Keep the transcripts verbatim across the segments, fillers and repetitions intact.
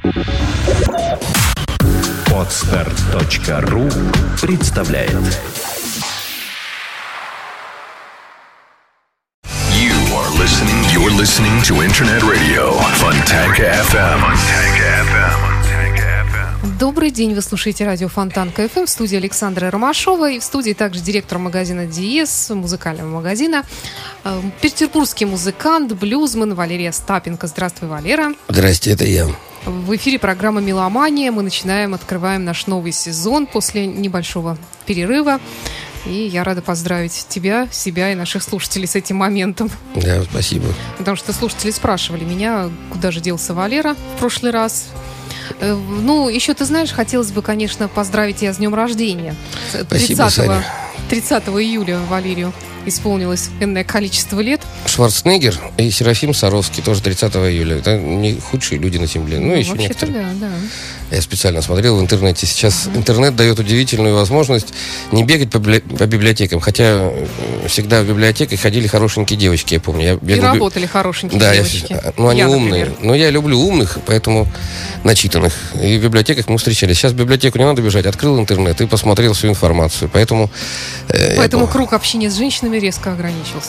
Подстер точка ру представляет. You are listening. You're listening to Internet Radio Fontanka эф эм. Fontanka эф эм. Добрый день, вы слушаете радио Фонтанка эф эм, в студии Александра Ромашова, и в студии также директор магазина Диез, музыкального магазина, э, петербургский музыкант, блюзмен Валерий Остапенко. Здравствуй, Валера. Здрасте, это я. В эфире программа «Меломания». Мы начинаем, открываем наш новый сезон после небольшого перерыва. И я рада поздравить тебя, себя и наших слушателей с этим моментом. Да, спасибо. Потому что слушатели спрашивали меня, куда же делся Валера в прошлый раз. Ну, еще, ты знаешь, хотелось бы, конечно, поздравить тебя с днем рождения. Спасибо, Саня. тридцатого июля Валерию исполнилось энное количество лет. Шварценеггер и Серафим Саровский тоже тридцатого июля. Это не худшие люди на земле. Ну, Ну, еще вообще-то некоторые. да, да. Я специально смотрел в интернете. Сейчас uh-huh. интернет дает удивительную возможность не бегать по, библи... по библиотекам. Хотя всегда в библиотеках ходили хорошенькие девочки, я помню. Я бегал... И работали хорошенькие да, девочки. Я... Ну, они я, умные. например. Но я люблю умных, поэтому начитанных. И в библиотеках мы встречались. Сейчас в библиотеку не надо бежать. Открыл интернет и посмотрел всю информацию. Поэтому... Э, Поэтому я... круг общения с женщинами резко ограничился.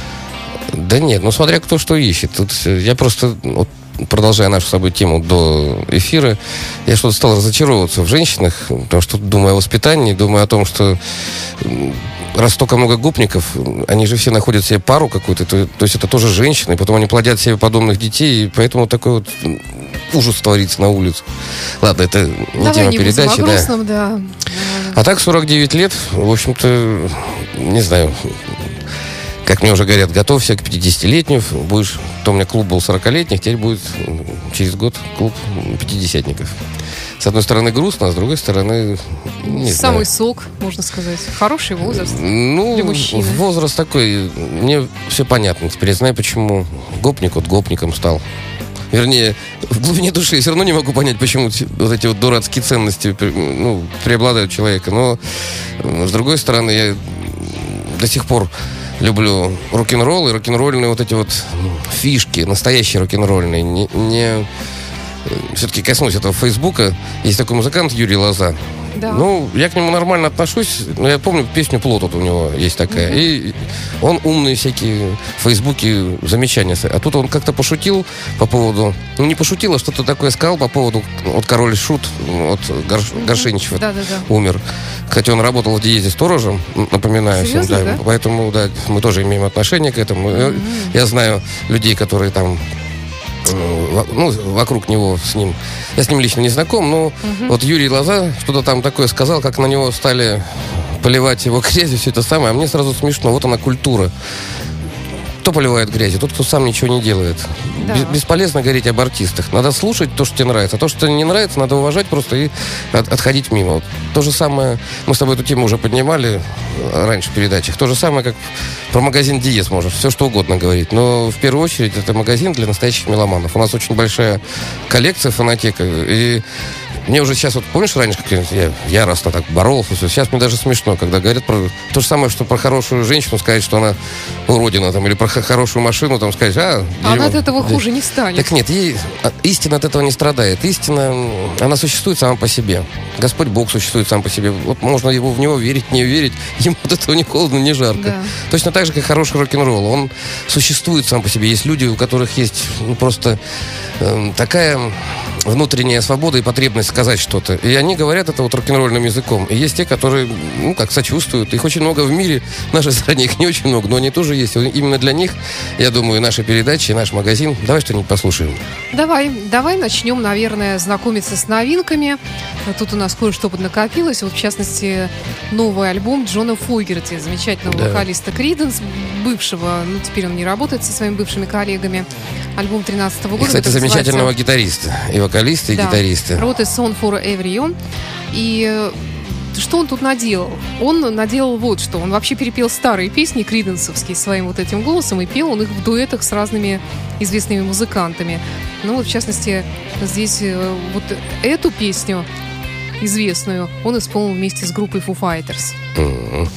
Да нет, ну смотря кто что ищет. Тут я просто, вот, продолжая нашу с собой тему до эфира, я что-то стал разочаровываться в женщинах, потому что думаю о воспитании, думаю о том, что раз столько много гопников, они же все находят себе пару какую-то, то, то есть это тоже женщины, и потом они плодят себе подобных детей, и поэтому такой вот ужас творится на улице. Ладно, это не Давай тема не передачи. будем о грустном, да. А так сорок девять лет, в общем-то, не знаю... Как мне уже говорят, готовься к пятидесятилетнему, будешь, то у меня клуб был сорокалетних, теперь будет через год клуб пятидесятников. С одной стороны грустно, а с другой стороны, не Самый знаю. сок, можно сказать. Хороший возраст Ну, для мужчины. возраст такой, мне все понятно. Теперь я знаю, почему гопник вот гопником стал. Вернее, в глубине души я все равно не могу понять, почему вот эти вот дурацкие ценности, ну, преобладают у человека. Но, с другой стороны, я до сих пор люблю рок-н-ролл и рок-н-ролльные вот эти вот фишки, настоящие рок-н-ролльные. Не, не... Все-таки коснусь этого Фейсбука. Есть такой музыкант Юрий Лоза. Да. Ну, я к нему нормально отношусь. Но я помню песню «Плот» вот у него есть такая. Mm-hmm. И он умные всякие в Фейсбуке замечания. А тут он как-то пошутил по поводу... Ну, не пошутил, а что-то такое сказал по поводу... Вот король Шут, вот Горш... mm-hmm. Горшенич вот, да, да, да. умер. Кстати, он работал в Диезе сторожем, напоминаю всем. Серьезно, Да, да? Поэтому, да, мы тоже имеем отношение к этому. Mm-hmm. Я знаю людей, которые там... ну, вокруг него с ним. Я с ним лично не знаком, но uh-huh. вот Юрий Лоза что-то там такое сказал, как на него стали поливать его грязью, все это самое. А мне сразу смешно. Вот она культура. Кто поливает грязью? Тот, кто сам ничего не делает. Да. Бесполезно говорить об артистах. Надо слушать то, что тебе нравится. А то, что тебе не нравится, надо уважать просто и от, отходить мимо. Вот. То же самое, мы с тобой эту тему уже поднимали раньше в передачах. То же самое, как про магазин Диез можно все что угодно говорить. Но в первую очередь это магазин для настоящих меломанов. У нас очень большая коллекция, фонотека. И мне уже сейчас, вот помнишь, раньше, как я яростно так боролся, сейчас мне даже смешно, когда говорят про то же самое, что про хорошую женщину сказать, что она уродина, там, или про хорошую машину, там, сказать, а... А она от этого хуже не станет. Так нет, ей, истина от этого не страдает. Истина, она существует сама по себе. Господь Бог существует сам по себе. Вот можно его, в него верить, не верить, ему от этого ни холодно, ни жарко. Да. Точно так же, как хороший рок-н-ролл. Он существует сам по себе. Есть люди, у которых есть ну, просто э, такая внутренняя свобода и потребность сказать что-то. И они говорят это вот рок-н-ролльным языком. И есть те, которые, ну, как сочувствуют. Их очень много в мире. В нашей стране их не очень много, но они тоже есть. Именно для них, я думаю, наша передача и наш магазин. Давай что-нибудь послушаем. Давай, давай начнем, наверное, знакомиться с новинками. Тут у нас кое-что поднакопилось. Вот, в частности, новый альбом Джона Фогерти, замечательного да. вокалиста Creedence, бывшего, ну, теперь он не работает со своими бывшими коллегами. Альбом тринадцатого года. И, кстати, замечательного называется... гитариста. И вокалиста, и да. гитариста. Wrote a Song for Everyone. И что он тут наделал? Он наделал вот что. Он вообще перепел старые песни криденсовские своим вот этим голосом, и пел он их в дуэтах с разными известными музыкантами. Ну вот, в частности, здесь вот эту песню известную он исполнил вместе с группой Foo Fighters. Mm-hmm.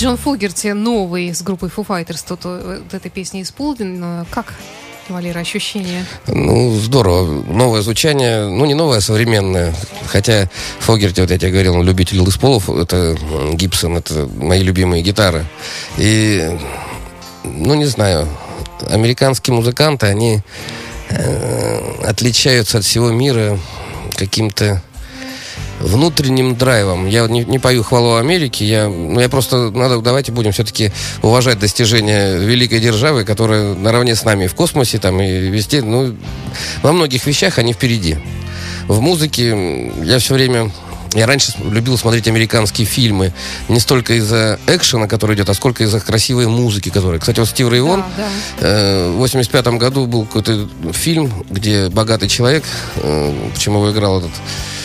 Джон Фогерти новый с группой Foo Fighters тут вот этой песни исполнен. Как, Валера, ощущения? Ну, здорово. Новое звучание, ну, не новое, а современное. Хотя Фогерти, вот я тебе говорил, он любитель Лес Полов, это Гибсон, это мои любимые гитары. И, ну, не знаю, американские музыканты, они э, отличаются от всего мира каким-то внутренним драйвом. Я не, не пою хвалу Америке, я, ну, я просто, надо, давайте будем все-таки уважать достижения великой державы, которая наравне с нами в космосе, там, и везде, ну, во многих вещах они впереди. В музыке я все время, я раньше любил смотреть американские фильмы не столько из-за экшена, который идет, а сколько из-за красивой музыки, которая... Кстати, вот Стив Рэй Вон, да, да. э, в восемьдесят пятом году был какой-то фильм, где богатый человек, э, почему его играл этот...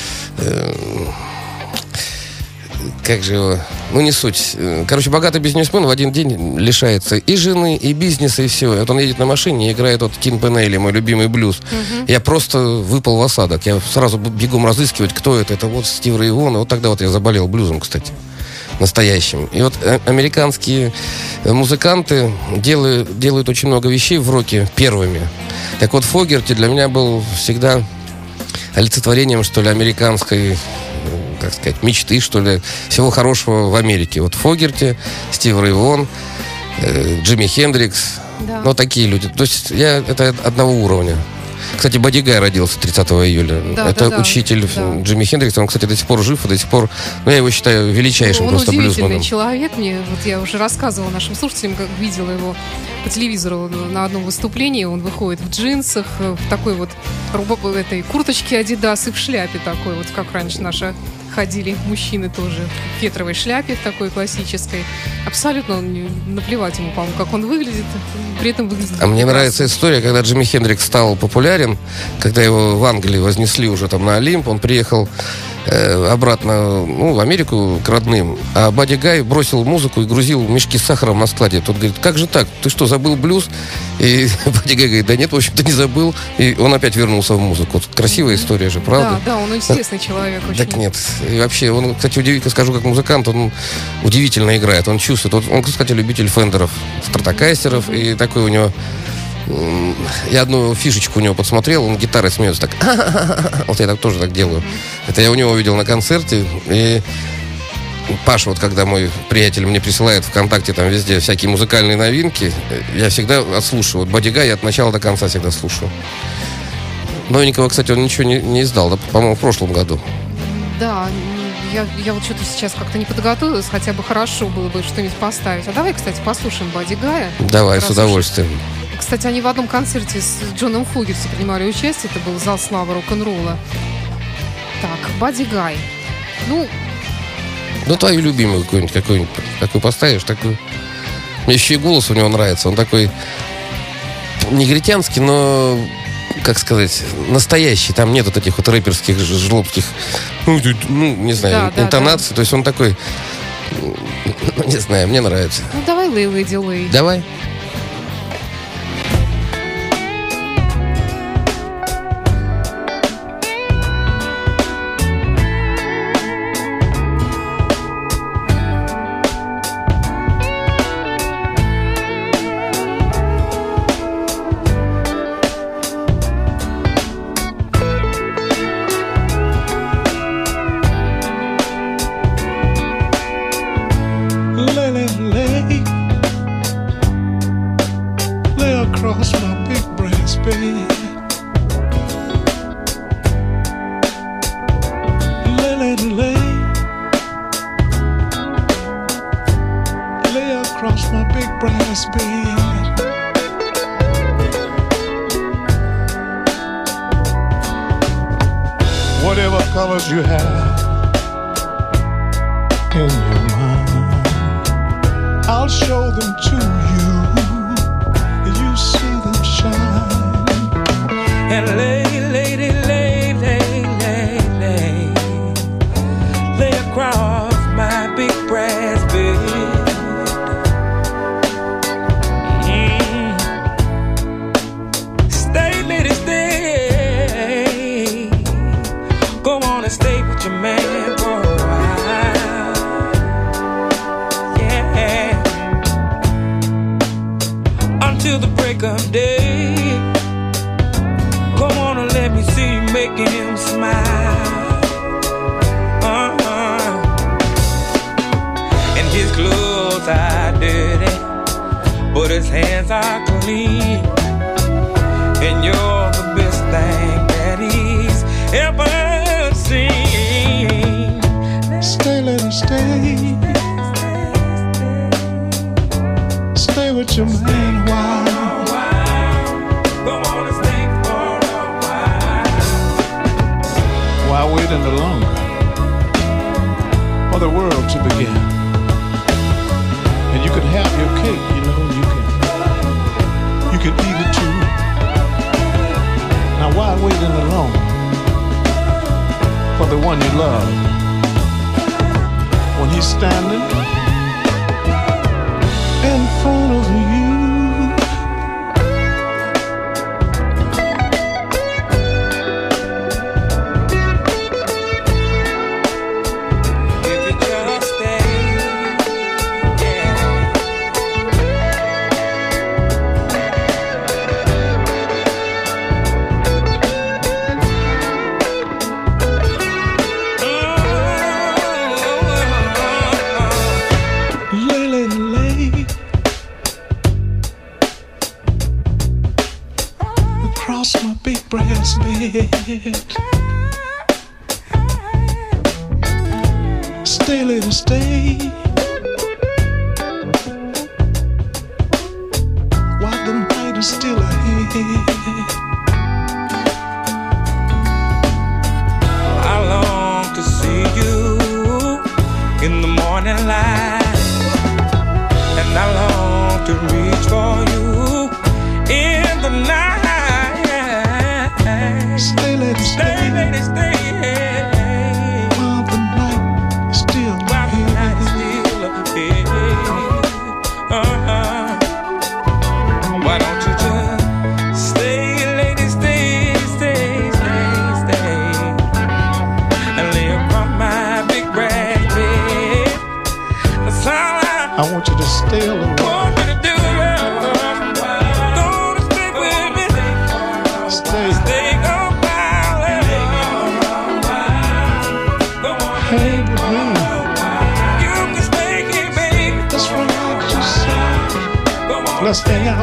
Как же его... Ну, не суть. Короче, богатый бизнесмен в один день лишается и жены, и бизнеса, и всего. Вот он едет на машине и играет вот Тин Пенелли, мой любимый блюз. Угу. Я просто выпал в осадок. Я сразу бегом разыскивать, кто это. Это вот Стив Рэй Вон. И вот тогда вот я заболел блюзом, кстати. Настоящим. И вот американские музыканты делают, делают очень много вещей в роке первыми. Так вот, Фогерти для меня был всегда... олицетворением, что ли, американской, как сказать, мечты, что ли, всего хорошего в Америке. Вот Фогерти, Стив Рэй Вон, э, Джимми Хендрикс, да. Ну, такие люди. То есть я, это одного уровня. Кстати, Бадди Гай родился тридцатого июля. Да, это да, учитель да. Джимми Хендрикса. Он, кстати, до сих пор жив и до сих пор, ну, я его считаю величайшим ну, просто блюзманом. Он удивительный человек. Мне, вот я уже рассказывала нашим слушателям, как видела его по телевизору на одном выступлении. Он выходит в джинсах, в такой вот в этой курточке Adidas и в шляпе такой, вот как раньше наша ходили мужчины тоже в фетровой шляпе, в такой классической. Абсолютно наплевать ему, по-моему, как он выглядит, при этом выглядит... А мне нравится история, когда Джимми Хендрикс стал популярен, когда его в Англии вознесли уже там на Олимп, он приехал э, обратно, ну, в Америку к родным, а Бадди Гай бросил музыку и грузил мешки с сахаром на складе. Тот говорит, как же так? Ты что, забыл блюз? И Бадди Гай говорит, да нет, в общем-то не забыл. И он опять вернулся в музыку. Вот красивая история же, правда? Да, да, он интересный человек очень. Так нет. И вообще, он, кстати, удивительно, скажу, как музыкант, он удивительно играет, он чувствует. Он, он кстати, любитель фендеров, стратокастеров, и такой у него... Я одну фишечку у него подсмотрел, он гитарой смеется так. Вот я так тоже так делаю. Это я у него увидел на концерте. И Паша, вот когда мой приятель мне присылает ВКонтакте там везде всякие музыкальные новинки, я всегда отслушиваю. Вот Бадди Гай я от начала до конца всегда слушаю. Новенького, кстати, он ничего не, не издал, да, по-моему, в прошлом году. Да, я, я вот что-то сейчас как-то не подготовилась, хотя бы хорошо было бы что-нибудь поставить. А давай, кстати, послушаем Бадди Гая. Давай, с удовольствием. Кстати, они в одном концерте с Джоном Фогерти принимали участие. Это был зал славы рок-н-ролла. Так, Бадди Гай. Ну, ну твою любимую какую-нибудь, какую-нибудь, какую поставишь, такую. Мне еще и голос у него нравится. Он такой негритянский, но, как сказать, настоящий. Там нет вот этих вот рэперских, жлобских, ну, не знаю, да, интонаций. Да, да. То есть он такой, ну, не знаю, мне нравится. Ну, давай Лей Леди Лей. Давай. Whatever colors you have in your mind, I'll show them to you. You see them shine. And lay, lady, lay, lay, lay, lay, lay across my big brass bed. Stay with your man for a while. Yeah. break of day. Come on and let me see you making him smile. Uh-huh. And his clothes are dirty, but his hands are clean. And you're the best thing that he's ever seen. Stay, let him stay. Stay with your man a while. Come on and stay for a while. Why wait any longer for the world to begin? And you can have your cake, you know, you can you can eat it too. Now why wait any longer for the one you love when he's standing in front of you? Stay, little, stay. While the night is still ahead. I long to see you in the morning light, and I long to reach for you in the night. Stay, lady, stay. Stay, lady, stay. While the night is still While the night is still ahead. Uh-huh. Why don't you just stay, lady, stay, stay, stay, stay, and lay upon my big red bed. That's all I, I want you to stay a little while. want you to do, girl. Gonna stay with me. Stay. Stay. Hey, with me. You can stay here, baby. Let's relax yourself. Let's hang out.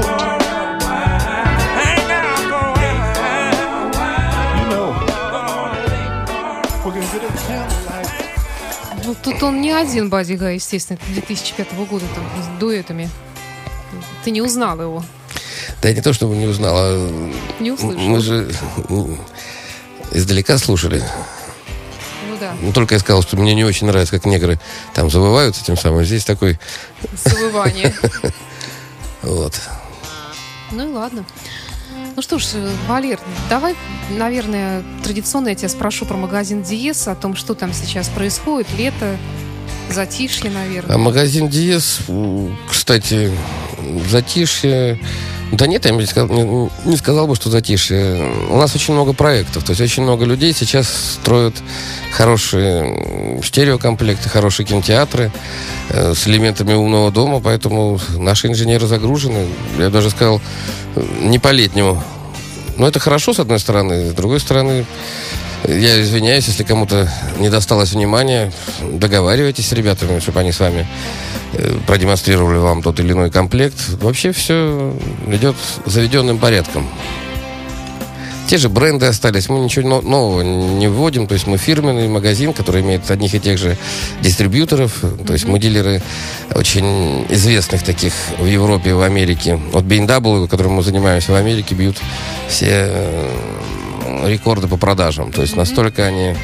Hang out for a while. You know, we're gonna get a candlelight. Ну, тут он не один, Бадди Гай, естественно, это две тысячи пятого года там, с дуэтами. Ты не узнал его? Да не то, чтобы не узнал, а Не услышал? мы же издалека слушали. Ну да, Ну, только я сказал, что мне не очень нравится, как негры там завывают этим самым. Здесь такой... завывание. Вот. Ну и ладно. Ну что ж, Валер, давай, наверное, традиционно я тебя спрошу про магазин Диез, о том, что там сейчас происходит. Лето, затишье, наверное. А магазин Диез, кстати, затишье... Да нет, я не сказал, не, не сказал бы, что затишье. У нас очень много проектов. То есть очень много людей сейчас строят хорошие стереокомплекты, хорошие кинотеатры э, с элементами умного дома. Поэтому наши инженеры загружены. Я даже сказал, не по-летнему. Но это хорошо, с одной стороны. С другой стороны, я извиняюсь, если кому-то не досталось внимания. Договаривайтесь с ребятами, чтобы они с вами продемонстрировали вам тот или иной комплект. Вообще все идет заведенным порядком. Те же бренды остались. Мы ничего нового не вводим. То есть мы фирменный магазин, который имеет одних и тех же дистрибьюторов. То есть мы дилеры очень известных таких в Европе, в Америке. Вот би эм дабл ю, которым мы занимаемся в Америке, бьют все рекорды по продажам. То есть настолько они...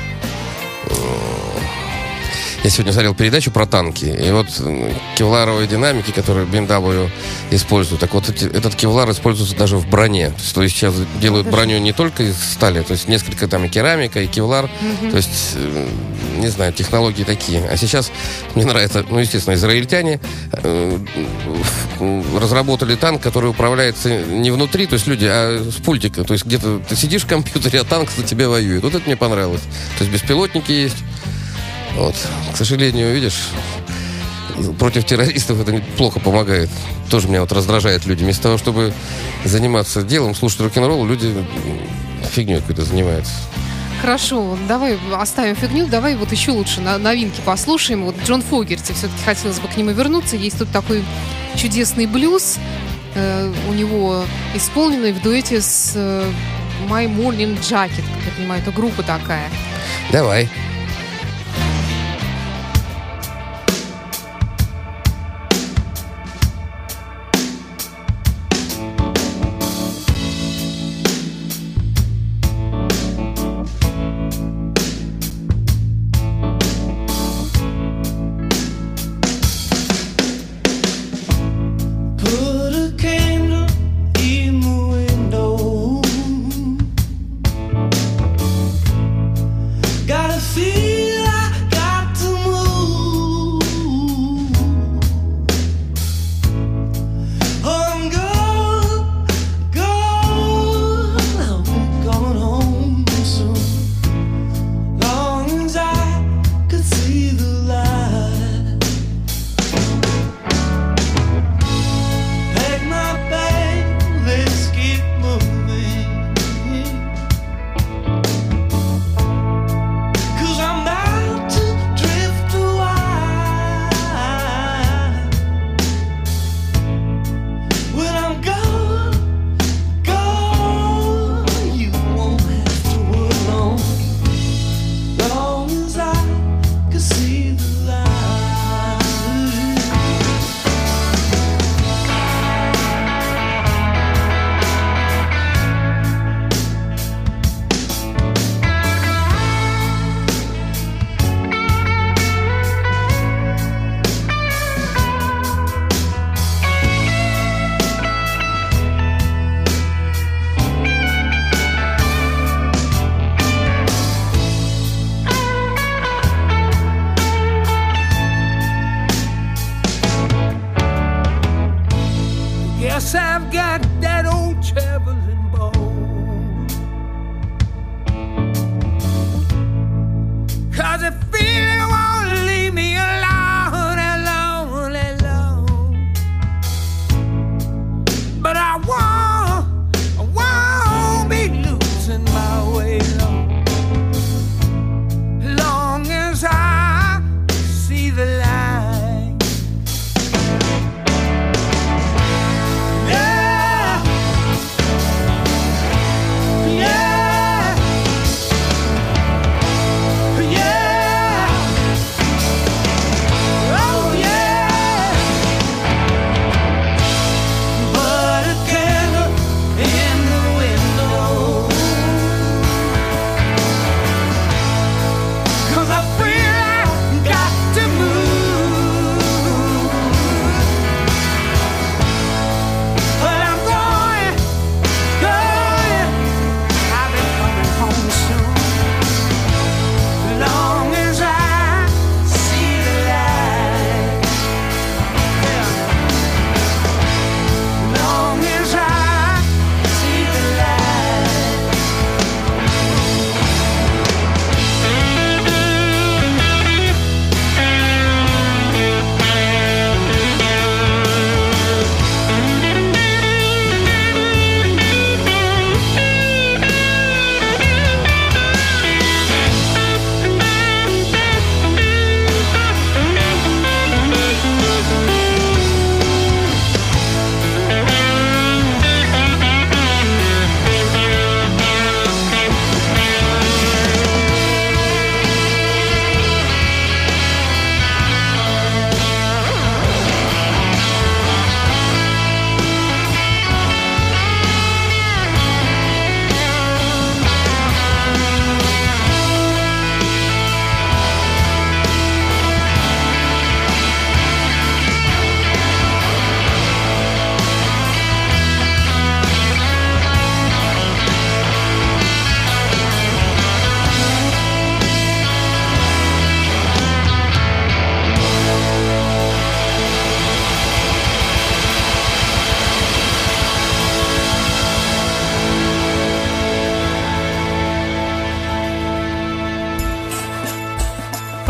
Я сегодня смотрел передачу про танки, и вот кевларовые динамики, которые би эм дабл ю используют, так вот эти, этот кевлар используется даже в броне. То есть, то есть сейчас делают броню не только из стали, то есть несколько там и керамика, и кевлар. Mm-hmm. То есть, не знаю, технологии такие. А сейчас мне нравится, ну, естественно, израильтяне э, разработали танк, который управляется не внутри, то есть люди, а с пультика. То есть где-то ты сидишь в компьютере, а танк за тебя воюет. Вот это мне понравилось. То есть беспилотники есть. Вот. К сожалению, видишь, против террористов это неплохо помогает. Тоже меня вот раздражает люди. Вместо того, чтобы заниматься делом, слушать рок-н-ролл, люди фигней какой-то занимаются. Хорошо, давай оставим фигню, давай вот еще лучше на новинки послушаем. Вот Джон Фогерти, все-таки хотелось бы к нему вернуться. Есть тут такой чудесный блюз, э, у него исполненный в дуэте с э, My Morning Jacket, как я понимаю, это группа такая. Давай. Put a candle in the window. Gotta feel I got to move. I'm gone, gone. I'll be coming home soon. Long as I could see the light. Pack my bag, let's get moving. 'Cause I'm about to drift away. When I'm gone, gone, you won't have to worry long. Long as I can see the light. Guess I've got that old traveling bone. 'Cause it feeling won't leave me alone, alone, alone. But I won't, I won't be losing my way long. Long as I see the light. Yeah.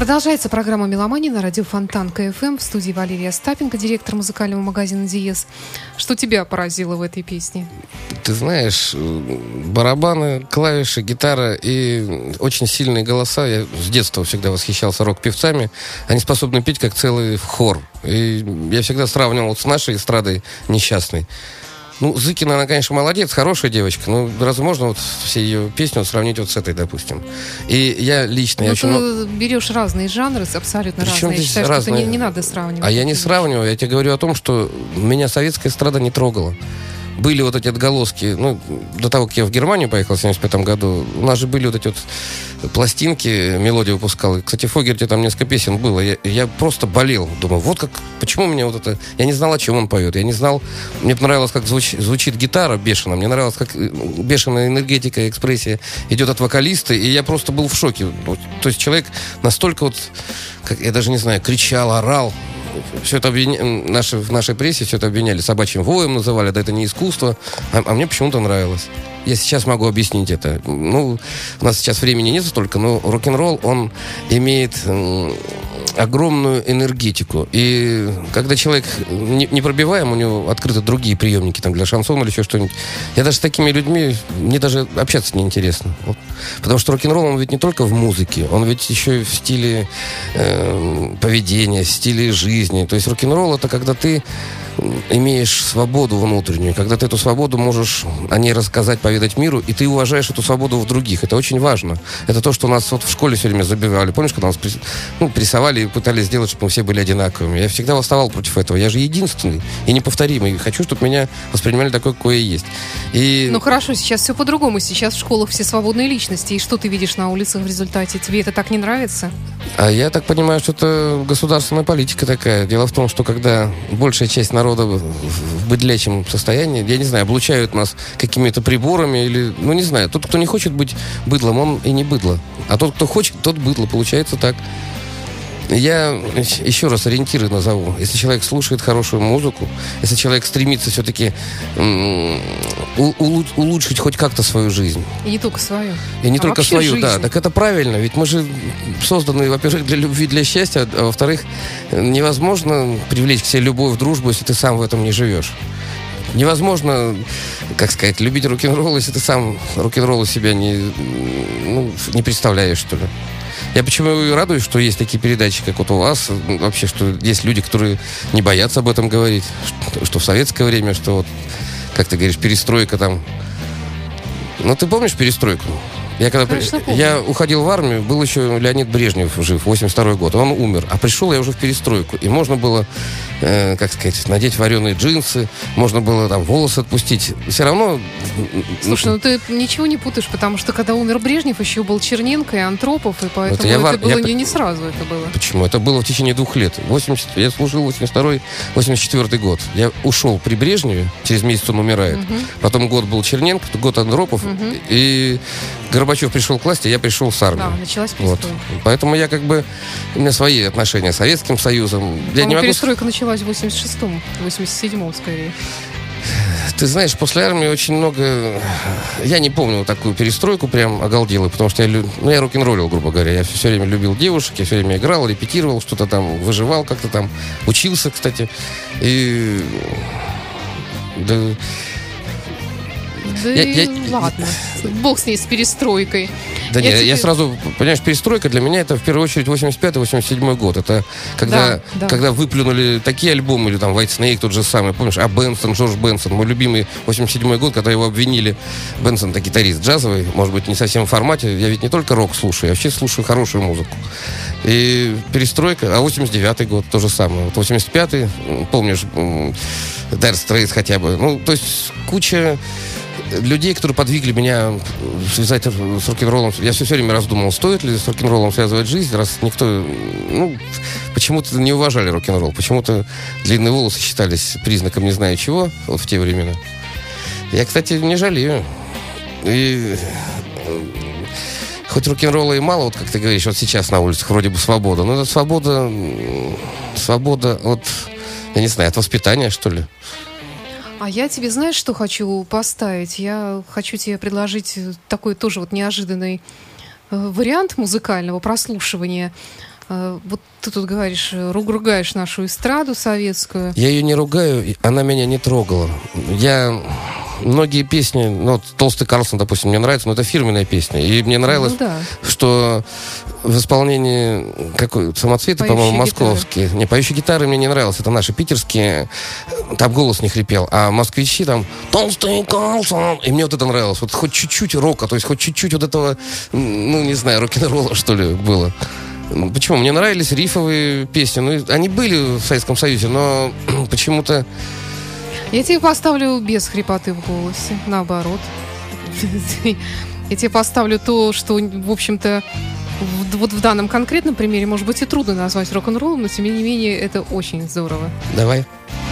Продолжается программа «Меломания» на радио Фонтан КФМ. В студии Валерия Остапенко, директор музыкального магазина «Диез». Что тебя поразило в этой песне? Ты знаешь, барабаны, клавиши, гитара и очень сильные голоса. Я с детства всегда восхищался рок-певцами. Они способны петь как целый хор. И я всегда сравнивал вот с нашей эстрадой несчастной. Ну, Зыкина, она, конечно, молодец, хорошая девочка, но разве можно вот все ее песни вот сравнить вот с этой, допустим? И я лично... Ну, я ты очень... берешь разные жанры, абсолютно Причем разные. Я здесь считаю, разные? что это не, не надо сравнивать. А я не сравниваю, я тебе говорю о том, что меня советская эстрада не трогала. Были вот эти отголоски, ну, до того, как я в Германию поехал в семьдесят пятом году, у нас же были вот эти вот пластинки, мелодия выпускал. И, кстати, в Фогерте там несколько песен было. Я, я просто болел. Думаю, вот как, почему мне вот это... Я не знал, о чем он поет. Я не знал... Мне понравилось, как звуч, звучит гитара бешено. Мне нравилось, как бешеная энергетика, экспрессия идет от вокалиста. И я просто был в шоке. То есть человек настолько вот... Как, я даже не знаю, кричал, орал. Все это обвиня... наши, в нашей прессе все это обвиняли собачьим воем, называли, да это не искусство, а, а мне почему-то нравилось. Я сейчас могу объяснить это. Ну, у нас сейчас времени нет столько, но рок-н-ролл, он имеет м, огромную энергетику. И когда человек не, не пробиваем, у него открыты другие приемники там, для шансона или еще что-нибудь. Я даже с такими людьми, мне даже общаться неинтересно. Вот. Потому что рок-н-ролл, он ведь не только в музыке, он ведь еще и в стиле э, поведения, в стиле жизни. То есть рок-н-ролл — это когда ты имеешь свободу внутреннюю, когда ты эту свободу можешь о ней рассказать, поведать миру, и ты уважаешь эту свободу в других. Это очень важно. Это то, что нас вот в школе все время забивали. Помнишь, когда нас прес... ну, прессовали и пытались сделать, чтобы мы все были одинаковыми? Я всегда восставал против этого. Я же единственный и неповторимый. Хочу, чтобы меня воспринимали такой, какой я есть. И... Ну хорошо, сейчас все по-другому. Сейчас в школах все свободные личности. И что ты видишь на улицах в результате? Тебе это так не нравится? А я так понимаю, что это государственная политика такая. Дело в том, что когда большая часть народа в быдлячем состоянии, я не знаю, облучают нас какими-то приборами или, ну не знаю, тот, кто не хочет быть быдлом, он и не быдло. А тот, кто хочет, тот быдло. Получается так. Я еще раз ориентиры назову. Если человек слушает хорошую музыку, если человек стремится все-таки м- у- улучшить хоть как-то свою жизнь. И не только свою. И не а только свою, жизнь. Да. Так это правильно. Ведь мы же созданы, во-первых, для любви, для счастья, а во-вторых, невозможно привлечь к себе любовь, дружбу, если ты сам в этом не живешь. Невозможно, как сказать, любить рок-н-ролл, если ты сам рок-н-ролл себя не, ну, не представляешь, что ли. Я почему и радуюсь, что есть такие передачи, как вот у вас, вообще, что есть люди, которые не боятся об этом говорить, что, что в советское время, что вот, как ты говоришь, перестройка там. Ну, ты помнишь перестройку? Я когда Конечно, при... я уходил в армию, был еще Леонид Брежнев жив, восемьдесят второй год, он умер, а пришел я уже в перестройку, и можно было, э, как сказать, надеть вареные джинсы, можно было там волосы отпустить, все равно... Слушай, ну ты ничего не путаешь, потому что когда умер Брежнев, еще был Черненко и Антропов, и поэтому это, я это вар... было я... не, не сразу это было. Почему? Это было в течение двух лет. восемьдесят... Я служил восемьдесят второй восемьдесят четвёртый год. Я ушел при Брежневе, через месяц он умирает. Угу. Потом год был Черненко, год Андропов, угу. И Горбачев пришел к власти, я пришел с армией. Да, началась перестройка. Вот. Поэтому я как бы... У меня свои отношения с Советским Союзом. Я не могу... Перестройка началась в восемьдесят шестом, восемьдесят седьмом скорее. Ты знаешь, после армии очень много... Я не помню такую перестройку прям оголделую, потому что я, лю... ну, я рок-н-роллил, грубо говоря. Я все время любил девушек, я все время играл, репетировал, что-то там выживал, как-то там учился, кстати. И... Да... Да я, я, ладно, бог с ней, с перестройкой. Да я нет, тебе... я сразу, понимаешь, перестройка для меня это в первую очередь восемьдесят пятый восемьдесят седьмой год. Это когда, да, да. когда выплюнули такие альбомы, или там White Snake тот же самый, помнишь, а Бенсон, Джордж Бенсон, мой любимый восемьдесят седьмой год, когда его обвинили, Бенсон, это гитарист джазовый, может быть, не совсем в формате, я ведь не только рок слушаю, я вообще слушаю хорошую музыку. И перестройка, а восемьдесят девятый год то же самое, вот восемьдесят пятый, помнишь, Dire Straits хотя бы, ну, то есть куча людей, которые подвигли меня связать с рок-н-роллом. Я все, все время раздумывал, стоит ли с рок-н-роллом связывать жизнь, раз никто, ну, почему-то не уважали рок-н-ролл, почему-то длинные волосы считались признаком не знаю чего, вот в те времена. Я, кстати, не жалею. И хоть рок-н-ролла и мало, вот как ты говоришь, вот сейчас на улицах вроде бы свобода, но это свобода, свобода от, я не знаю, от воспитания, что ли. А я тебе, знаешь, что хочу поставить? Я хочу тебе предложить такой тоже вот неожиданный вариант музыкального прослушивания. Э, Вот ты тут говоришь, э, руг- ругаешь нашу эстраду советскую. Я ее не ругаю, и она меня не трогала. Я многие песни, ну, вот «Толстый Карлсон», допустим, мне нравится, но это фирменная песня. И мне нравилось, Ну да. что в исполнении какой самоцветы, Поющие по-моему, московские. Не, поющие гитары мне не нравилось. Это наши питерские. Там голос не хрипел. А москвичи там «Толстый Карлсон». И мне вот это нравилось. Вот хоть чуть-чуть рока, то есть хоть чуть-чуть вот этого, ну, не знаю, рок-н-ролла, что ли, было. Ну, почему? Мне нравились рифовые песни. Ну, они были в Советском Союзе, но почему-то... Я тебе поставлю без хрипоты в голосе, наоборот. Я тебе поставлю то, что, в общем-то, в- вот в данном конкретном примере, может быть, и трудно назвать рок-н-роллом, но, тем не менее, это очень здорово. Давай.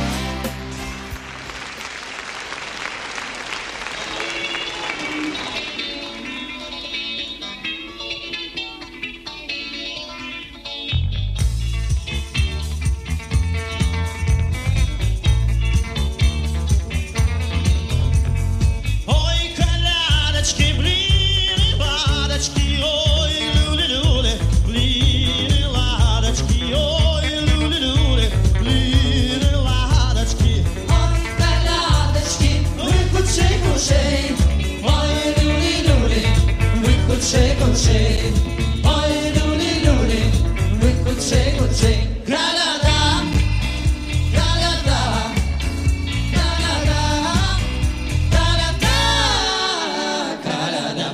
Ой, колядочки, блины, ладочки, ой, люли-люли, блины, ладочки, ой, люли-люли, блины, ладочки. Ой, колядочки, вы кучей-кучей, ой, люли-люли, вы кучей-кучей, ой, люли-люли, вы кучей-кучей. Коляда, коляда, коляда, коляда, коляда.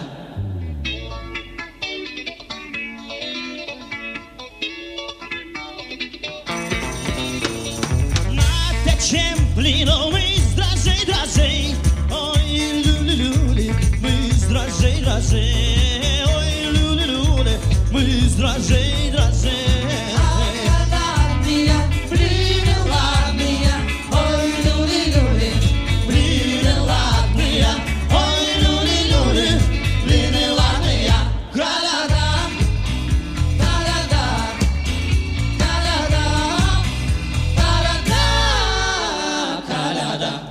Напечем блинов мы из дрожжей, дрожжей, ой, люли-люли, мы из дрожжей, дрожжей, ой, люли-люли, мы из дрожжей, дрожжей. Ладные, блины ладные, ой, люли-люли, Блины ладные, ой, люли-люли, блины ладные. Коляда, коляда, коляда, коляда, коляда.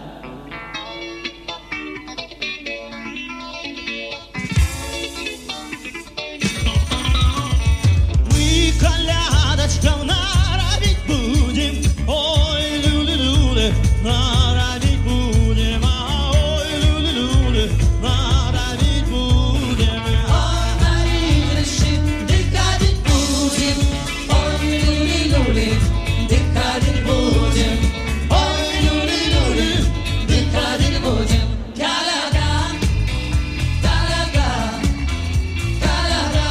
Мы колядочков норовить будем, ой, люли-люли, норовить будем, а ой, люли-люли, норовить будем. ой, на игрищи дыхать будем, ой, люли-люли, дыхать будем, Ой, люли-люли, дыхать будем. Коляда, коляда, коляда,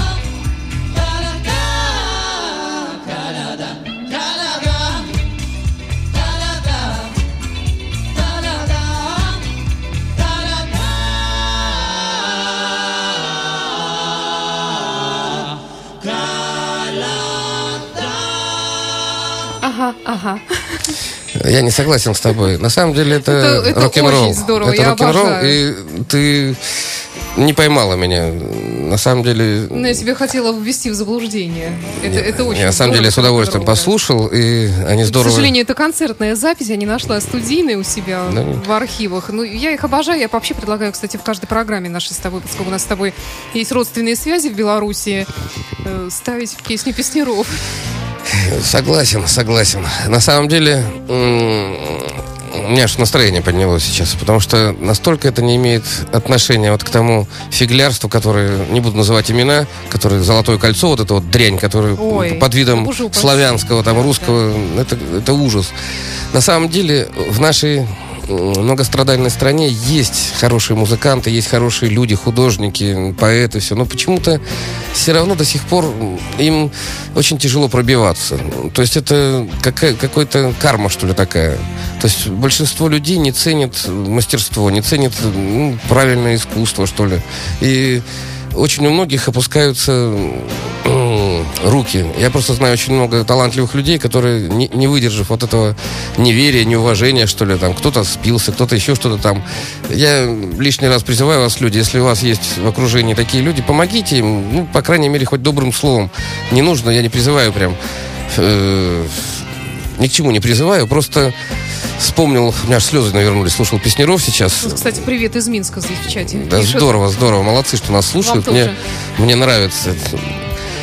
коляда, коляда, коляда. Ага, ага. Я не согласен с тобой. На самом деле это, Это- это рок-н-ролл. очень здорово, это я рок-н-ролл, обожаю. и ты не поймала меня. На самом деле... Но я тебя хотела ввести в заблуждение. Это, это очень я, на самом деле, я с здорово, удовольствием рок-н-ролл, послушал, и они да. здорово... К сожалению, это концертная запись, я не нашла студийные у себя Да. в архивах. Ну, я их обожаю, я вообще предлагаю, кстати, в каждой программе нашей с тобой, поскольку у нас с тобой есть родственные связи в Беларуси, э, ставить песни песняров. Согласен, согласен. На самом деле, м, у меня аж настроение поднялось сейчас, потому что настолько это не имеет отношения вот к тому фиглярству, которое, не буду называть имена, которое «Золотое кольцо», вот эта вот дрянь, которая Ой, под видом боже упаси. славянского, там, русского, это, это ужас. На самом деле, в нашей м, многострадальной стране есть хорошие музыканты, есть хорошие люди, художники, поэты, все. Но почему-то все равно до сих пор им очень тяжело пробиваться. То есть это какая, какой-то карма, что ли, такая. То есть большинство людей не ценит мастерство, не ценит ну, правильное искусство, что ли. И очень у многих опускаются м, руки. Я просто знаю очень много талантливых людей, которые, не, не выдержав вот этого неверия, неуважения, что ли, там, кто-то спился, кто-то еще что-то там. Я лишний раз призываю вас, люди, если у вас есть в окружении такие люди, помогите им, ну, по крайней мере, хоть добрым словом. Не нужно, я не призываю прям, э, ни к чему не призываю, просто вспомнил, у меня аж слезы навернулись, слушал песняров сейчас. Вот, кстати, привет из Минска здесь в чате. Да, Пишет. здорово, здорово, молодцы, что нас слушают. Вам Мне, тоже. мне нравится.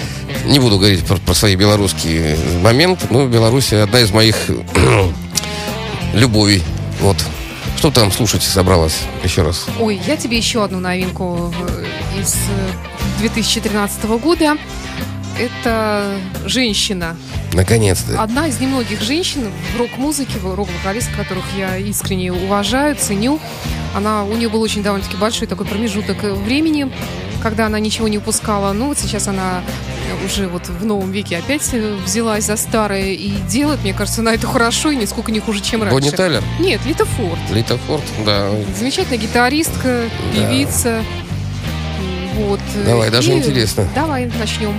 Не буду говорить про, про свои белорусские моменты, но Беларусь одна из моих любовей. Вот. Что там слушать собралась еще раз? Ой, я тебе еще одну новинку э, из э, две тысячи тринадцатого года. Это женщина. Наконец-то. Одна из немногих женщин в рок-музыке, в рок-вокалистах, которых я искренне уважаю, ценю. Она, у нее был очень довольно-таки большой такой промежуток времени, когда она ничего не упускала. Ну вот сейчас она уже вот в новом веке опять взялась за старое и делает, мне кажется, она это хорошо и нисколько не хуже, чем раньше. Бонни Тайлер? Нет, Лита Форд. Лита Форд, да. Замечательная гитаристка, певица. Да. Вот. Давай, и даже интересно. Давай, начнем.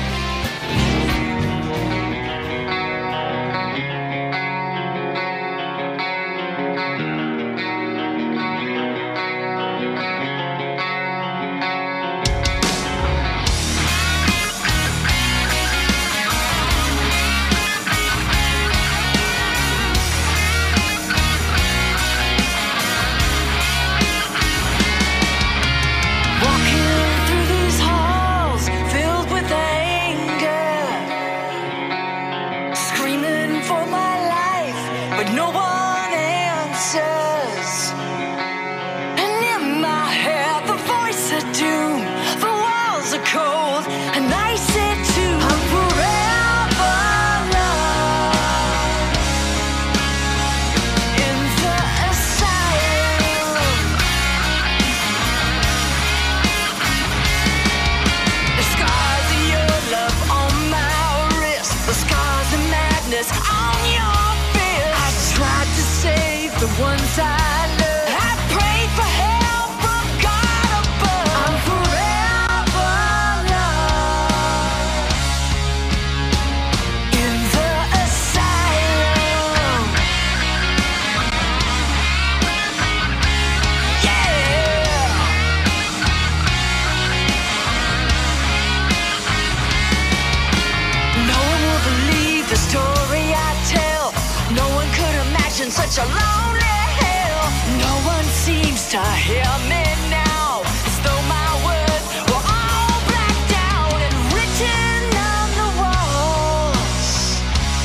Such a lonely hell. No one seems to hear me now. As though my words were all blacked out and written on the walls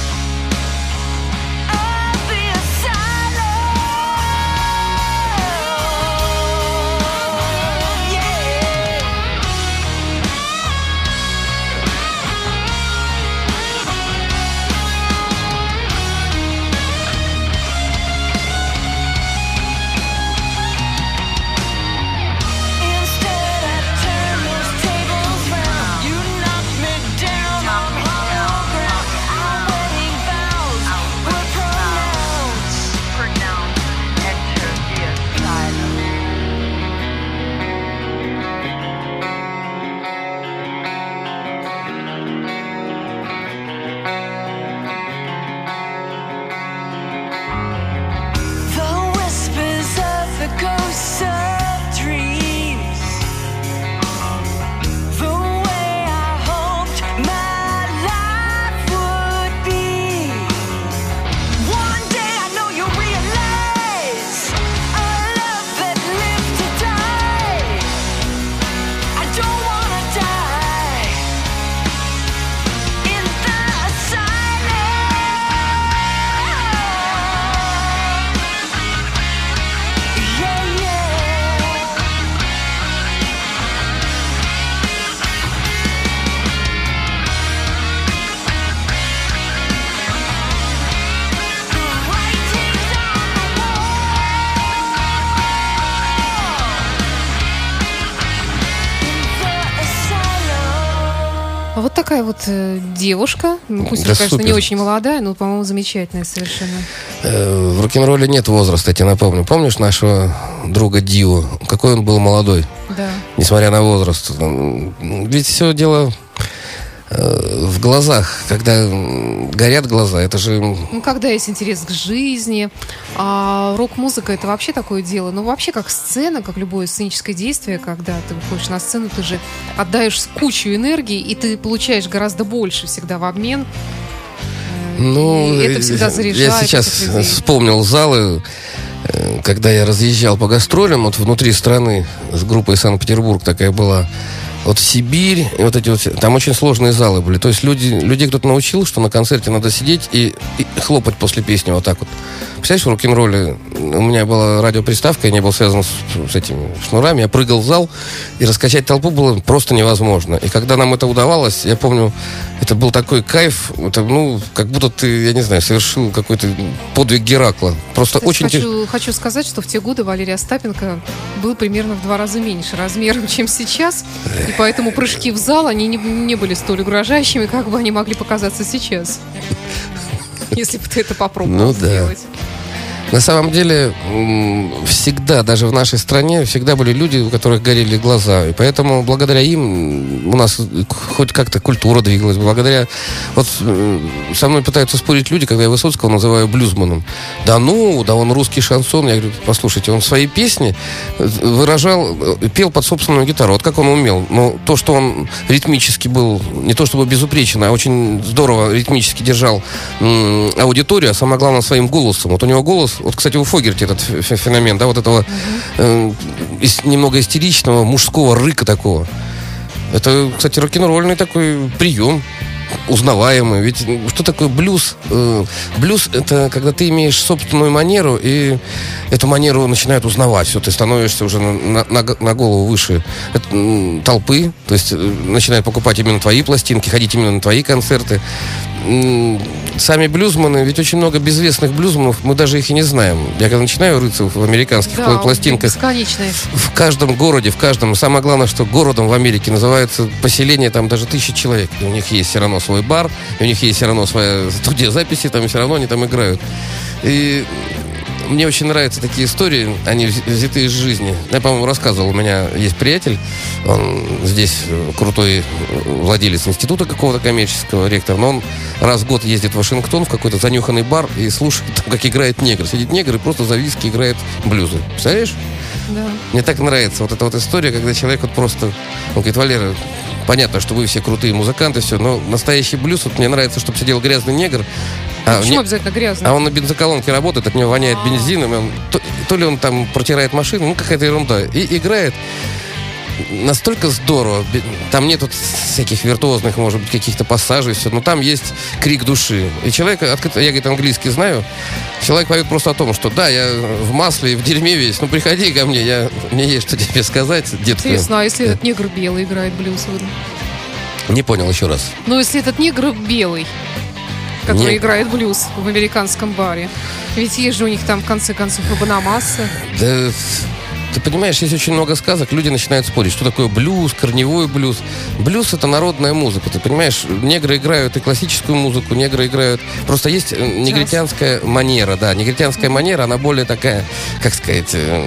of the asylum. Yeah. Вот такая вот э, девушка, ну, пусть Да она, конечно, супер. не очень молодая, но, по-моему, замечательная совершенно. Э, В рок-н-ролле нет возраста, я тебе напомню. Помнишь нашего друга Диву? Какой он был молодой, Да. несмотря на возраст. М, Ведь все дело э, в глазах. Когда м, горят глаза, это же... Ну, когда есть интерес к жизни, а рок-музыка это вообще такое дело. Ну, вообще как сцена, как любое сценическое действие, когда ты выходишь на сцену, ты же отдаешь кучу энергии, и ты получаешь гораздо больше всегда в обмен. Э, Ну, и это всегда заряжает. я сейчас этих людей. вспомнил залы, э, когда я разъезжал по гастролям, вот внутри страны с группой Санкт-Петербург такая была. вот Сибирь, и вот эти вот, там очень сложные залы были. То есть люди, людей кто-то научил, что на концерте надо сидеть и, и хлопать после песни вот так вот. Представляешь, в рок-н-ролле у меня была радиоприставка, я не был связан с, с этими шнурами, я прыгал в зал, и раскачать толпу было просто невозможно. И когда нам это удавалось, я помню, это был такой кайф, это, ну, как будто ты, я не знаю, совершил какой-то подвиг Геракла. Просто Кстати, очень... хочу, хочу сказать, что в те годы Валерий Остапенко был примерно в два раза меньше размером, чем сейчас, и поэтому прыжки в зал, они не, не были столь угрожающими, как бы они могли показаться сейчас. Если бы ты это попробовал Ну да. сделать. На самом деле, м, всегда, даже в нашей стране, всегда были люди, у которых горели глаза. И поэтому благодаря им у нас хоть как-то культура двигалась. Благодаря... Вот м, со мной пытаются спорить люди, когда я Высоцкого называю блюзманом. Да ну, да он русский шансон. Я говорю, послушайте, он в своей песне выражал, пел под собственную гитару. Вот как он умел. Но то, что он ритмически был, не то чтобы безупречен, а очень здорово ритмически держал м, аудиторию, а самое главное, своим голосом. Вот у него голос. Вот, кстати, у Фогерти этот феномен, да, вот этого э, немного истеричного мужского рыка такого. Это, кстати, рок-н-ролльный такой прием, узнаваемый. Ведь что такое блюз? Э, блюз — это когда ты имеешь собственную манеру, и эту манеру начинают узнавать. Все, ты становишься уже на, на, на голову выше это, м, толпы, то есть э, начинают покупать именно твои пластинки, ходить именно на твои концерты. Сами блюзманы, ведь очень много безвестных блюзманов, мы даже их и не знаем. Я когда начинаю рыться в американских Да, пластинках, бесконечные. в каждом городе, в каждом, самое главное, что городом в Америке называется поселение, там даже тысячи человек. И у них есть все равно свой бар, и у них есть все равно своя студия записи, там все равно они там играют. И мне очень нравятся такие истории, они взяты из жизни. Я, по-моему, рассказывал, у меня есть приятель, он здесь крутой владелец института какого-то коммерческого, ректор, но он раз в год ездит в Вашингтон в какой-то занюханный бар и слушает, как играет негр. Сидит негр и просто за виски играет блюзы. Представляешь? Да. Мне так нравится вот эта вот история, когда человек вот просто... Он говорит, Валера, понятно, что вы все крутые музыканты, все, но настоящий блюз, вот мне нравится, чтобы сидел грязный негр. А, Почему не- обязательно грязно? а он на бензоколонке работает, от него воняет бензином, и он, то, то ли он там протирает машину, ну какая-то ерунда, и играет настолько здорово. Бе- Там нет вот всяких виртуозных, может быть, каких-то пассажей, все, но там есть крик души. И человек, открыто, я, говорит, английский знаю, человек поет просто о том, что да, я в масле, в дерьме весь, ну приходи ко мне, я, мне есть что тебе сказать, детка. Интересно, а если этот негр белый играет блюз? Не понял еще раз. Ну, если этот негр белый, который Не- играет блюз в американском баре. Ведь есть же у них там, в конце концов, и Бономасса. Да, ты понимаешь, есть очень много сказок, люди начинают спорить, что такое блюз, корневой блюз. Блюз — это народная музыка, ты понимаешь, негры играют и классическую музыку, негры играют... Просто есть э, негритянская манера, да, негритянская манера, она более такая, как сказать... э,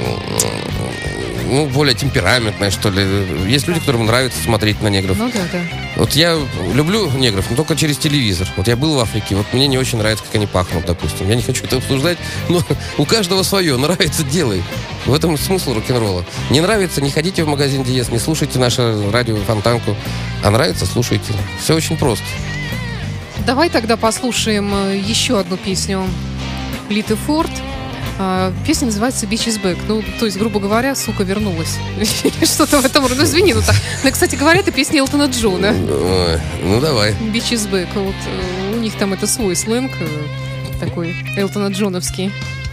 ну, более темпераментная, что ли. Есть люди, которым нравится смотреть на негров. Ну да, да. Вот я люблю негров, но только через телевизор. Вот я был в Африке, вот мне не очень нравится, как они пахнут, допустим. Я не хочу это обсуждать, но у каждого свое. Нравится — делай. В этом смысл рок-н-ролла. Не нравится — не ходите в магазин Диез, не слушайте наше радио Фонтанку. А нравится — слушайте. Все очень просто. Давай тогда послушаем э, еще одну песню Литы Форд. А, Песня называется «Bitch is back». Ну, то есть, грубо говоря, сука вернулась. Что-то в этом роде. Ну, извини, ну так. Ну, кстати говоря, это песня Элтона Джона. Ой, ну, давай. «Bitch is back». Вот э, у них там это свой сленг э, такой Элтона Джоновский.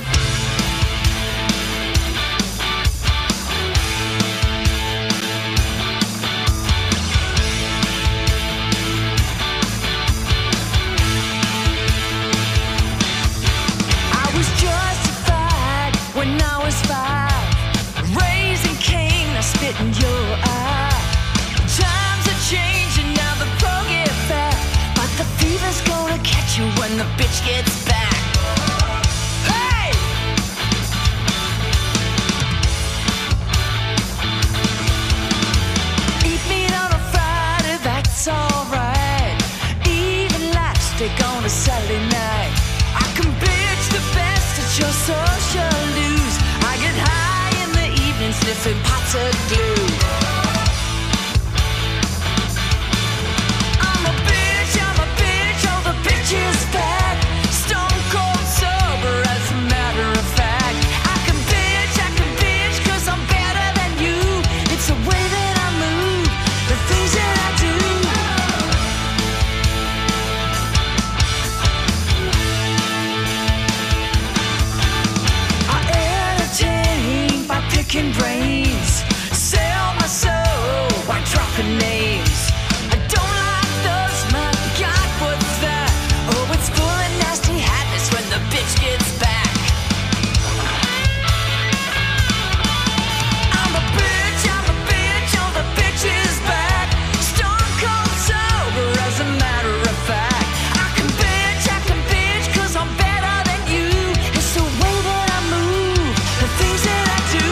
I was justified when I was five. Raising Cain, I spit in your eye. Times are changing, now the pro get fat. But the fever's gonna catch you when the bitch gets back. Hey! Eat meat on a Friday, that's alright. Even life's take on a Saturday night. I can bitch the best at your social news. I get high in the evening sniffing pots of glue. I'm a bitch, I'm a bitch, oh the bitch is back. Stone cold sober as a matter of fact. I can bitch, I can bitch, cause I'm better than you. It's the way that I move that aching brains. Sell my soul by dropping names. I don't like those, my God, what's that? Oh, it's full of nasty habits when the bitch gets back. I'm a bitch, I'm a bitch, oh, the bitch is back. Stone cold sober as a matter of fact. I can bitch, I can bitch, cause I'm better than you. It's the way that I move, the things that I do.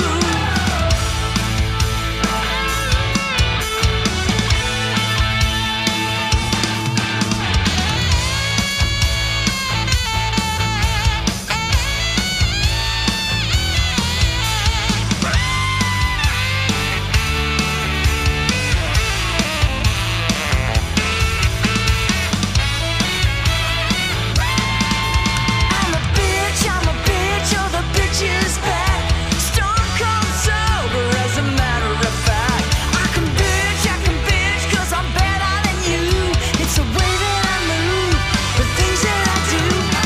I'm a bitch, I'm a bitch, oh, the bitch is back. Stone cold sober as a matter of fact. I can bitch, I can bitch, cause I'm better than you. It's the way that I move, the things that I do.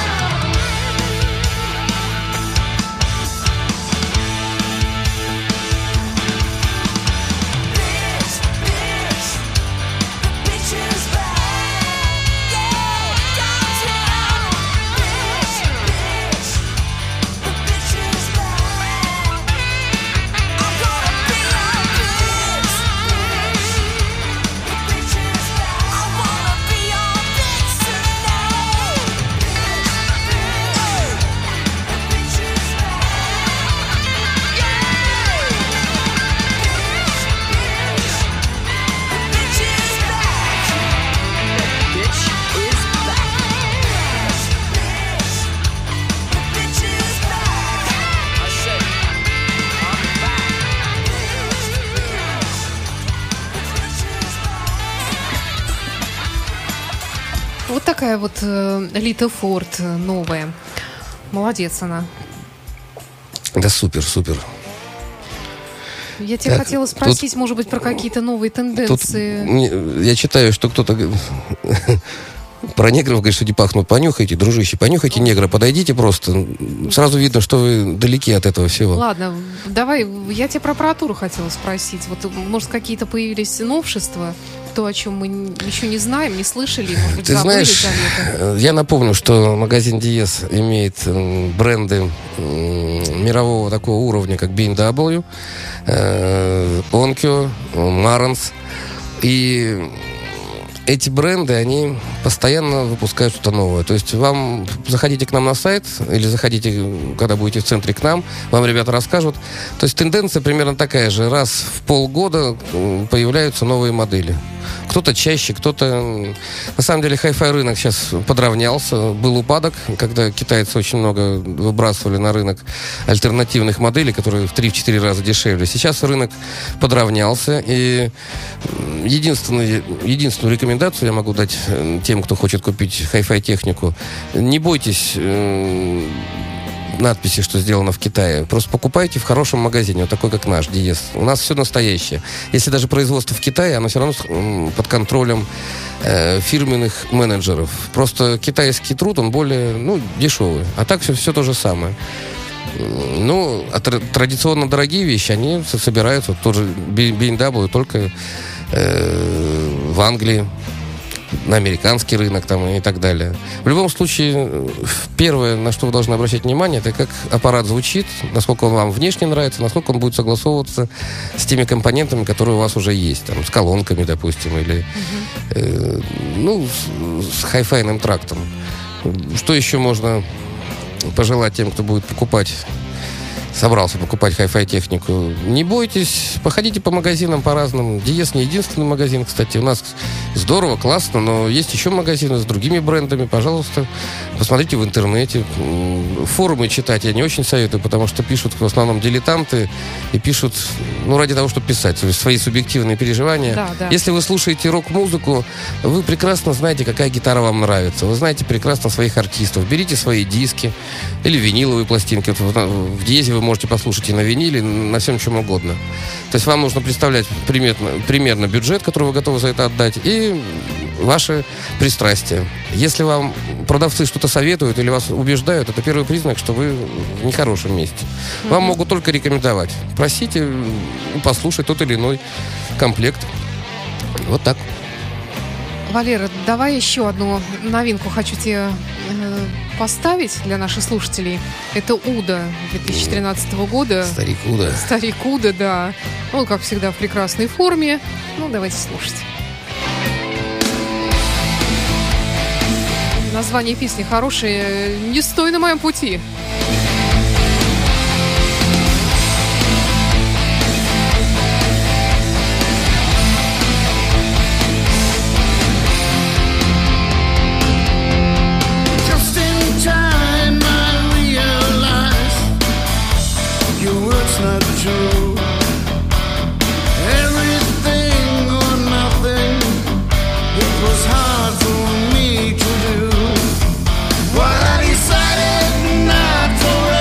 Bitch, bitch, the bitch is back. Yeah, downtown. Bitch, bitch, the bitch is back. I'm gonna be your bitch, bitch. The bitch is back. I wanna be your bitch tonight. Bitch, bitch, the bitch is back. Yeah. Bitch, bitch, the bitch is back. Bitch is back. Bitch, bitch, the bitch is back. I said, I'm back. Вот такая вот э, Лита Форд э, новая. Молодец она. Да супер, супер. Я тебя Так, хотела спросить, может быть, про какие-то новые Тут тенденции. мне- я читаю, что кто-то г- про негров говорит, что не пахнут. Понюхайте, дружище, понюхайте негра, подойдите просто. Сразу видно, что вы далеки от этого всего. Ладно, давай, я тебя про аппаратуру хотела спросить. Вот, может, какие-то появились новшества, то, о чем мы н- еще не знаем, не слышали, может быть, Ты забыли знаешь, за лето. э, я напомню, что магазин Диез имеет м, бренды м, мирового такого уровня, как би эм дабл ю, э, Onkyo, Marantz. И эти бренды, они постоянно выпускают что-то новое. То есть вам заходите к нам на сайт или заходите, когда будете в центре, к нам, вам ребята расскажут. То есть тенденция примерно такая же. Раз в полгода м, появляются новые модели. Кто-то чаще, кто-то... м, На самом деле хай-фай рынок сейчас подравнялся. Был упадок, когда китайцы очень много выбрасывали на рынок альтернативных моделей, которые в три-четыре раза дешевле. Сейчас рынок подравнялся. И м, единственную, единственную рекомендацию я могу дать э, тем, кто хочет купить хай-фай технику. Не бойтесь э, надписи, что сделано в Китае. Просто покупайте в хорошем магазине, вот такой, как наш, Диез. У нас все настоящее. Если даже производство в Китае, оно все равно м, под контролем э, фирменных менеджеров. Просто китайский труд, он более, ну, дешевый. А так все, все то же самое. М, Ну, а тр- традиционно дорогие вещи, они с- собираются, вот тот же би эм дабл ю, только э, в Англии, на американский рынок там и так далее. В любом случае, э, первое, на что вы должны обращать внимание, это как аппарат звучит, насколько он вам внешне нравится, насколько он будет согласовываться с теми компонентами, которые у вас уже есть, там, с колонками, допустим, или э, ну, с, с хай-файным трактом. Что еще можно пожелать тем, кто будет покупать, собрался покупать хай-фай технику? Не бойтесь, походите по магазинам по разным. Диез не единственный магазин, кстати. У нас здорово, классно, но есть еще магазины с другими брендами. Пожалуйста, посмотрите в интернете. М, Форумы читать я не очень советую, потому что пишут в основном дилетанты и пишут, ну, ради того, чтобы писать, то есть свои субъективные переживания. Да, да. Если вы слушаете рок-музыку, вы прекрасно знаете, какая гитара вам нравится. Вы знаете прекрасно своих артистов. Берите свои диски или виниловые пластинки. Вот в, в Диезе вы можете послушать и на виниле, на всем чем угодно. То есть вам нужно представлять примерно, примерно бюджет, который вы готовы за это отдать, и ваши пристрастия. Если вам продавцы что-то советуют или вас убеждают, это первый признак, что вы в нехорошем месте. Вам Мгм. могут только рекомендовать. Просите послушать тот или иной комплект. Вот так. Валера, давай еще одну новинку хочу тебе э, поставить для наших слушателей. Это Уда две тысячи тринадцатого года. Старик Уда. Старик Уда, да. Он, как всегда, в прекрасной форме. Ну, давайте слушать. Название песни хорошее. «Не стой на моем пути». Just in time I realize your words not true. Everything or nothing, it was hard for me to do. But I decided not for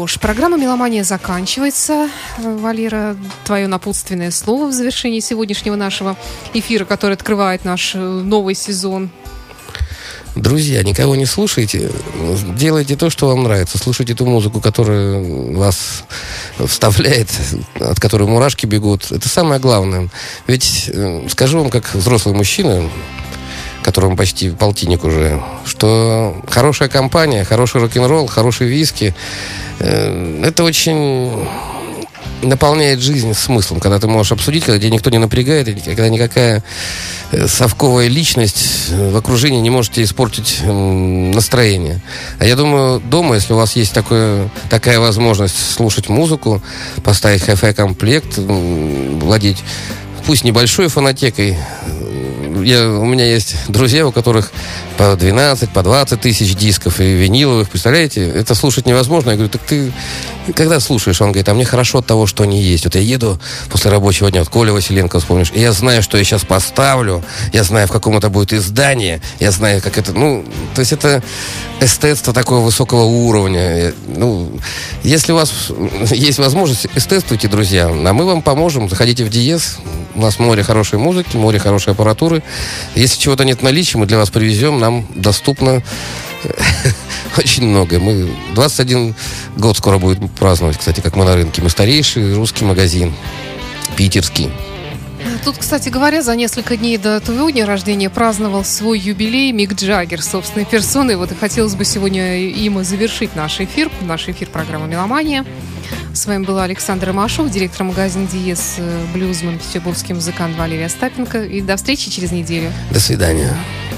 ж, программа «Меломания» заканчивается. Валера, твое напутственное слово в завершении сегодняшнего нашего эфира, который открывает наш новый сезон. Друзья, никого не слушайте. Делайте то, что вам нравится. Слушайте ту музыку, которая вас вставляет, от которой мурашки бегут. Это самое главное. Ведь скажу вам, как взрослый мужчина, которому почти полтинник уже, что хорошая компания, хороший рок-н-ролл, хороший виски, э, это очень наполняет жизнь смыслом, когда ты можешь обсудить, когда тебя никто не напрягает, и когда никакая совковая личность в окружении не может тебе испортить настроение. А я думаю, дома, если у вас есть такое, такая возможность слушать музыку, поставить хай-фай комплект, владеть, пусть небольшой фонотекой. Я, у меня есть друзья, у которых по двенадцать, по двадцать тысяч дисков и виниловых, представляете? Это слушать невозможно. Я говорю, так ты когда слушаешь? Он говорит, а мне хорошо от того, что они есть. Вот я еду после рабочего дня, вот Коля Василенко вспомнишь, и я знаю, что я сейчас поставлю, я знаю, в каком это будет издании, я знаю, как это, ну, то есть это эстетство такого высокого уровня. Ну, если у вас есть возможность, эстетствуйте, друзья, а мы вам поможем. Заходите в Диез, у нас море хорошей музыки, море хорошей аппаратуры. Если чего-то нет в наличии, мы для вас привезем, нам доступно очень много. Мы двадцать один год скоро будет праздновать, кстати, как мы на рынке. Мы старейший русский магазин, питерский. Тут, кстати говоря, за несколько дней до твоего дня рождения праздновал свой юбилей Мик Джаггер собственной персоной. Вот и хотелось бы сегодня им завершить наш эфир, наш эфир программы «Меломания». С вами был Александр Ромашов, директор магазина «Диез», блюзман, петербургский музыкант Валерий Остапенко. И до встречи через неделю. До свидания.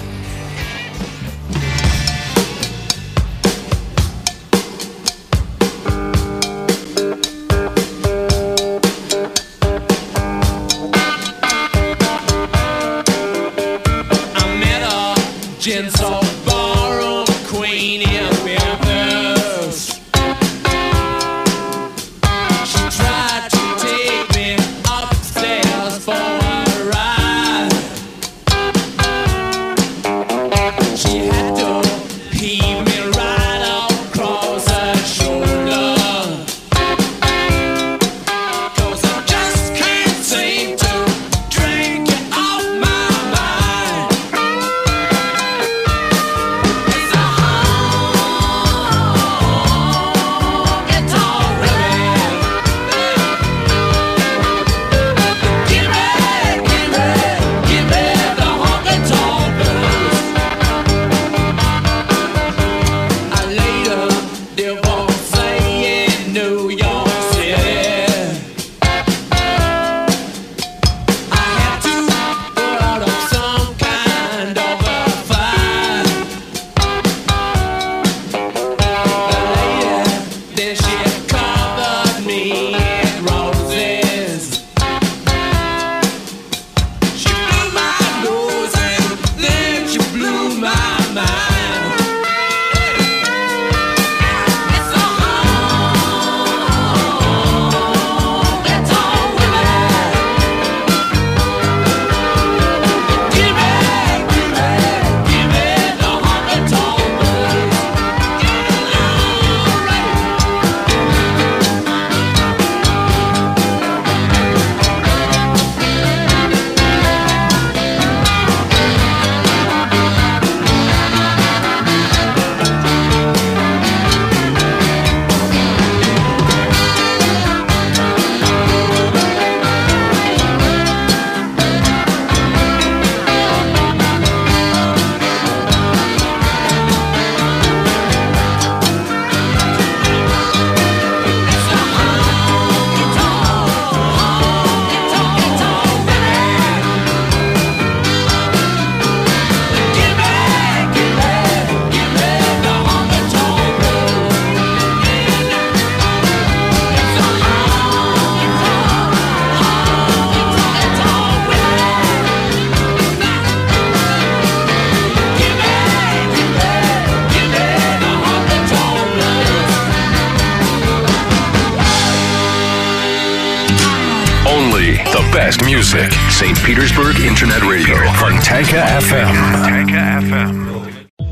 Best music. Saint Petersburg Internet Radio. Fontanka эф эм.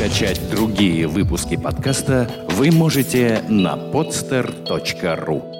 Скачать другие выпуски подкаста вы можете на podster точка ру.